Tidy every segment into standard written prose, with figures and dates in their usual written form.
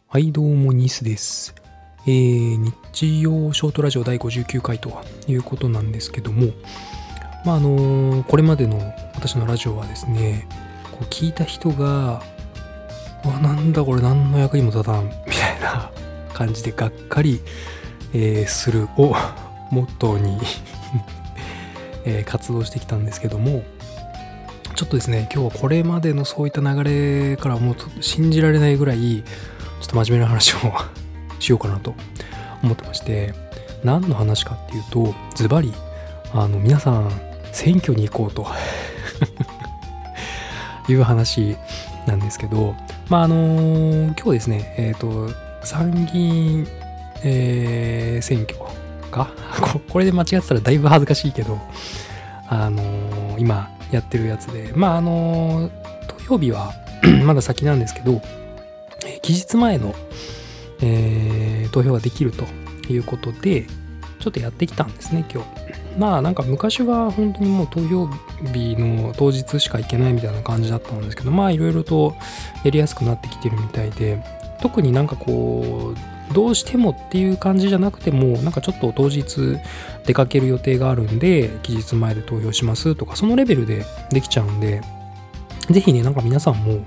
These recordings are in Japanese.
はい、どうも、ニスです。日曜ショートラジオ第59回ということなんですけども、これまでの私のラジオはですね、こう聞いた人が、なんだこれ何の役にも立たん、みたいな感じでがっかり、するをモットーに活動してきたんですけども、ちょっとですね、今日はこれまでのそういった流れからもう信じられないぐらい、ちょっと真面目な話をしようかなと思ってまして、何の話かっていうと、ズバリ皆さん選挙に行こうという話なんですけど、今日ですね、参議院、選挙かこれで間違ってたらだいぶ恥ずかしいけど、今やってるやつで、投票日はまだ先なんですけど、期日前の、投票ができるということでちょっとやってきたんですね今日。なんか昔は本当にもう投票日の当日しか行けないみたいな感じだったんですけど、いろいろとやりやすくなってきてるみたいで、特になんかこうどうしてもっていう感じじゃなくても、なんかちょっと当日出かける予定があるんで期日前で投票しますとか、そのレベルでできちゃうんで、ぜひね、なんか皆さんも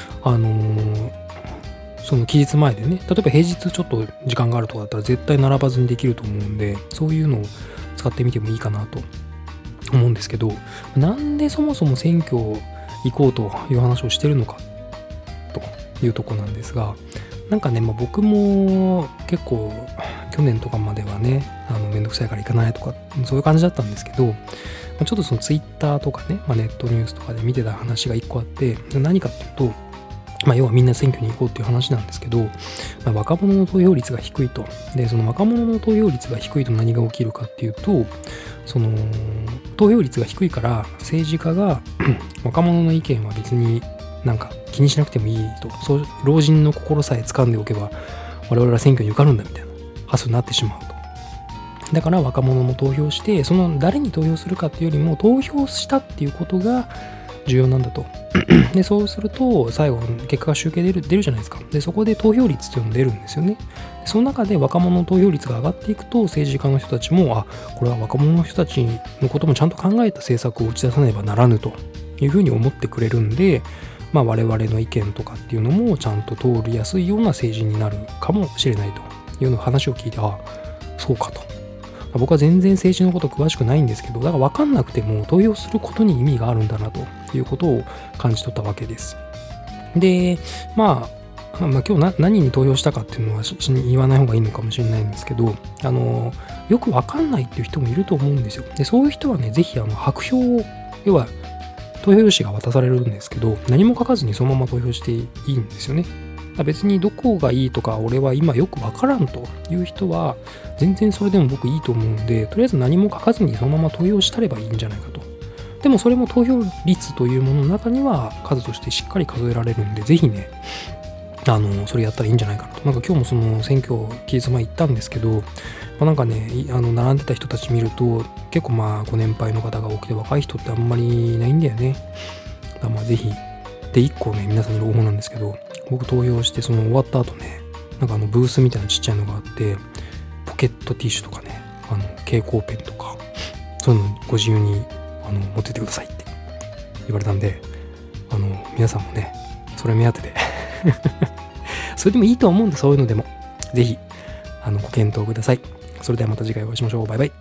その期日前でね、例えば平日ちょっと時間があるとかだったら絶対並ばずにできると思うんで、そういうのを使ってみてもいいかなと思うんですけど、なんでそもそも選挙行こうという話をしてるのかというとこなんですが、なんかね、僕も結構去年とかまではね、めんどくさいから行かないとかそういう感じだったんですけど、ちょっとそのツイッターとかね、ネットニュースとかで見てた話が一個あって、何かっていうと、要はみんな選挙に行こうっていう話なんですけど、若者の投票率が低いと。で、その若者の投票率が低いと何が起きるかっていうと、その投票率が低いから政治家が若者の意見は別になんか気にしなくてもいいと、そう老人の心さえ掴んでおけば我々は選挙に受かるんだみたいな発想になってしまうと。だから若者も投票して、その誰に投票するかっていうよりも投票したっていうことが重要なんだと。で、そうすると最後結果が集計出るじゃないですか。で、そこで投票率っていうのも出るんですよね。その中で若者の投票率が上がっていくと、政治家の人たちも、これは若者の人たちのこともちゃんと考えた政策を打ち出さねばならぬというふうに思ってくれるんで、我々の意見とかっていうのもちゃんと通りやすいような政治になるかもしれないというの話を聞いて、そうかと。僕は全然政治のこと詳しくないんですけど、だから分かんなくても投票することに意味があるんだなということを感じ取ったわけです。で、今日何に投票したかっていうのは言わない方がいいのかもしれないんですけど、よく分かんないっていう人もいると思うんですよ。で、そういう人はね、ぜひ白票を、要は投票用紙が渡されるんですけど、何も書かずにそのまま投票していいんですよね。別にどこがいいとか俺は今よくわからんという人は全然それでも僕いいと思うんで、とりあえず何も書かずにそのまま投票したればいいんじゃないかと。でもそれも投票率というものの中には数としてしっかり数えられるんで、ぜひね、それやったらいいんじゃないかなと。なんか今日もその選挙期日前行ったんですけど、なんかね、並んでた人たち見ると結構ご年配の方が多くて、若い人ってあんまりいないんだよね。だからぜひで、1個ね、皆さんに朗報なんですけど、僕投票してその終わった後ね、なんかブースみたいなちっちゃいのがあって、ポケットティッシュとかね、蛍光ペンとかそういうのご自由に持ってってくださいって言われたんで、皆さんもねそれ目当てでそれでもいいと思うんで、そういうのでもぜひご検討ください。それではまた次回お会いしましょう。バイバイ。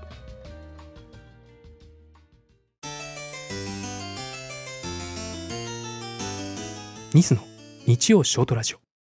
ニスの日曜ショートラジオ。